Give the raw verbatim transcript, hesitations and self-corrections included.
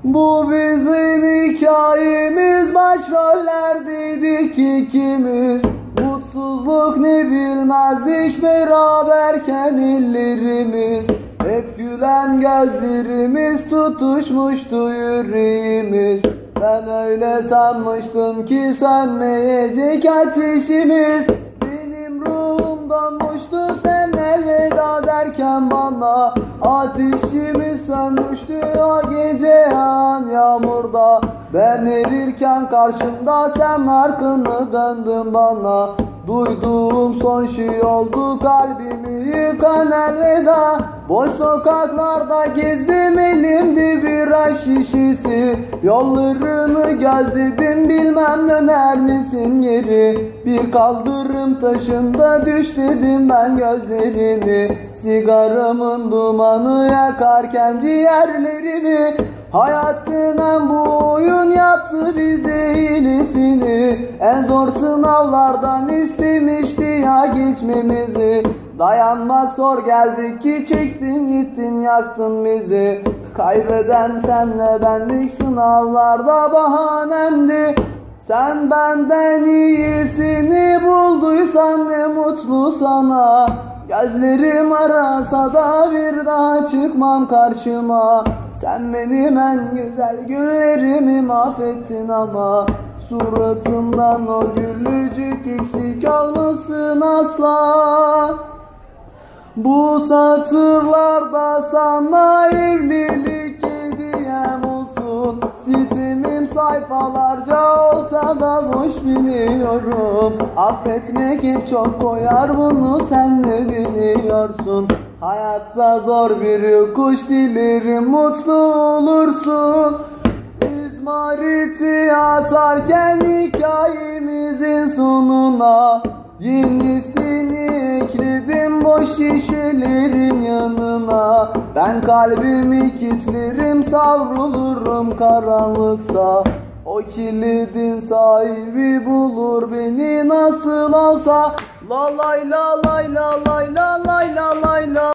Bu bizim hikayemiz, başrollerdeydik ikimiz. Mutsuzluk ne bilmezdik beraberken ellerimiz. Hep gülen gözlerimiz, tutuşmuştu yüreğimiz. Ben öyle sanmıştım ki sönmeyecek ateşimiz. Benim ruhum donmuştu sen elveda derken bana. Ateşimiz sönmüştü o gece yağan yağmurda. Ben erirken karşımda sen arkanı döndün bana. Duyduğum son şey oldu kalbimi yıkan elveda. Boş sokaklarda gezdim, elimde bira şişesi. Yollarını gözledim, bilmem döner misin geri. Bir kaldırım taşında düş dedim ben gözlerini. Sigaramın dumanı yakarken ciğerlerimi. Hayatın bu oyun yaptı bize iyilesini. En zor sınavlardan istemişti ya geçmemizi. Dayanmak zor geldi ki çektin gittin yaktın bizi. Kaybeden senle bendik, sınavlarda bahanendi. Sen benden iyisini bulduysan ne mutlu sana. Gözlerim arasa da bir daha çıkmam karşıma. Sen benim en güzel günlerimi mahvettin ama suratından o gülücük eksik olmasın asla. Bu satırlarda sana evlilik hediyem olsun. Sitemim sayfalarca olsa da boş biliyorum. Affetmek hep çok koyar, bunu sen de biliyorsun. Hayatta zor bir yokuş, dilerim mutlu olursun. İzmariti atarken hikayemizin sonuna yenisini ekledim boş şişelerin yanına. Ben kalbimi kilitlerim, savrulurum karanlıksa. O kilidin sahibi bulur beni nasıl olsa. La lay la lay la lay la lay la lay la.